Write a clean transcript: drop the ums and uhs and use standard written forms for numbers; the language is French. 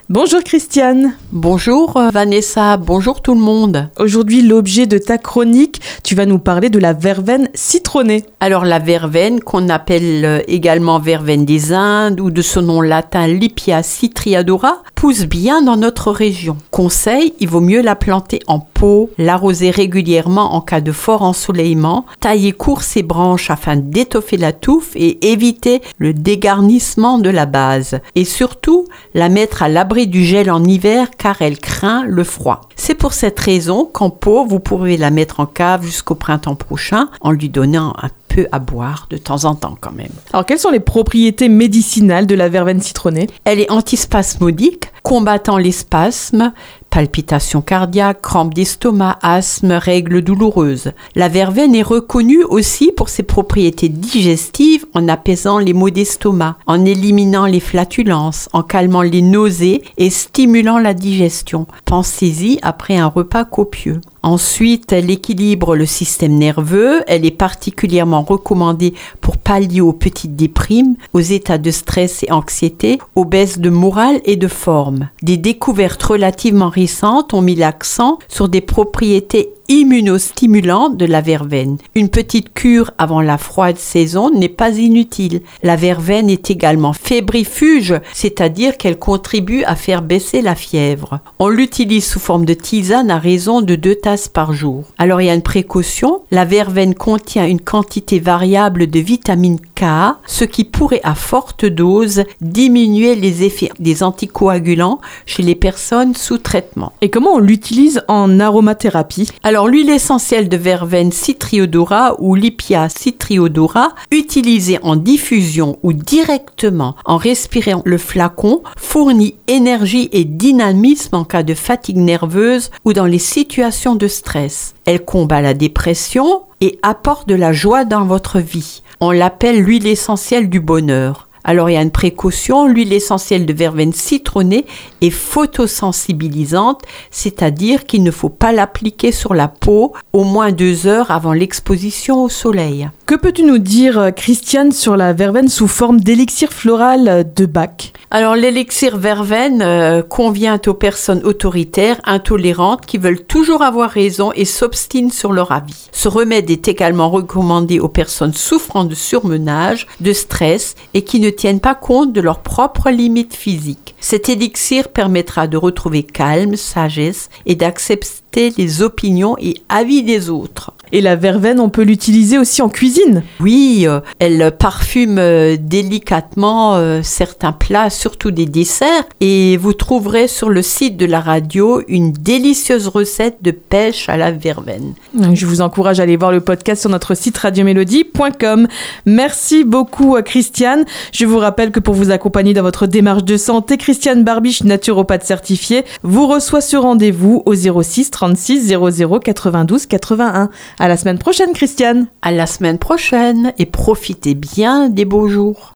Bonjour Christiane. Bonjour Vanessa, bonjour tout le monde. Aujourd'hui, l'objet de ta chronique, tu vas nous parler de la verveine citronnée. Alors la verveine, qu'on appelle également verveine des Indes ou de son nom latin Lipia citriodora, pousse bien dans notre région. Conseil, il vaut mieux la planter en pot, l'arroser régulièrement en cas de fort ensoleillement, tailler court ses branches afin d'étoffer la touffe et éviter le dégarnissement de la base. Et surtout, la mettre à l'abri du gel en hiver car elle craint le froid. C'est pour cette raison qu'en pot, vous pourrez la mettre en cave jusqu'au printemps prochain en lui donnant un peu à boire de temps en temps quand même. Alors, quelles sont les propriétés médicinales de la verveine citronnée ? Elle est antispasmodique, combattant les spasmes, palpitations cardiaques, crampes d'estomac, asthme, règles douloureuses. La verveine est reconnue aussi pour ses propriétés digestives en apaisant les maux d'estomac, en éliminant les flatulences, en calmant les nausées et stimulant la digestion. Pensez-y après un repas copieux. Ensuite, elle équilibre le système nerveux. Elle est particulièrement recommandée pour pallier aux petites déprimes, aux états de stress et anxiété, aux baisses de morale et de forme. Des découvertes relativement récentes ont mis l'accent sur des propriétés immunostimulantes de la verveine. Une petite cure avant la froide saison n'est pas inutile. La verveine est également fébrifuge, c'est-à-dire qu'elle contribue à faire baisser la fièvre. On l'utilise sous forme de tisane à raison de 2 tasses par jour. Alors il y a une précaution, la verveine contient une quantité variable de vitamine K, ce qui pourrait à forte dose diminuer les effets des anticoagulants chez les personnes sous traitement. Et comment on l'utilise en aromathérapie ? Alors, l'huile essentielle de verveine citriodora ou Lipia citriodora, utilisée en diffusion ou directement en respirant le flacon, fournit énergie et dynamisme en cas de fatigue nerveuse ou dans les situations de stress. Elle combat la dépression et apporte de la joie dans votre vie. On l'appelle l'huile essentielle du bonheur. Alors, il y a une précaution, l'huile essentielle de verveine citronnée est photosensibilisante, c'est-à-dire qu'il ne faut pas l'appliquer sur la peau au moins 2 heures avant l'exposition au soleil. Que peux-tu nous dire, Christiane, sur la verveine sous forme d'élixir floral de Bach ? Alors, l'élixir verveine convient aux personnes autoritaires, intolérantes, qui veulent toujours avoir raison et s'obstinent sur leur avis. Ce remède est également recommandé aux personnes souffrant de surmenage, de stress et qui ne tiennent pas compte de leurs propres limites physiques. Cet élixir permettra de retrouver calme, sagesse et d'accepter les opinions et avis des autres. Et la verveine, on peut l'utiliser aussi en cuisine ? Oui, elle parfume délicatement certains plats, surtout des desserts. Et vous trouverez sur le site de la radio une délicieuse recette de pêche à la verveine. Je vous encourage à aller voir le podcast sur notre site radiomélodie.com. Merci beaucoup Christiane. Je vous rappelle que pour vous accompagner dans votre démarche de santé, Christiane Barbiche, naturopathe certifiée, vous reçoit ce rendez-vous au 06 36 00 92 81. À la semaine prochaine, Christiane. À la semaine prochaine et profitez bien des beaux jours.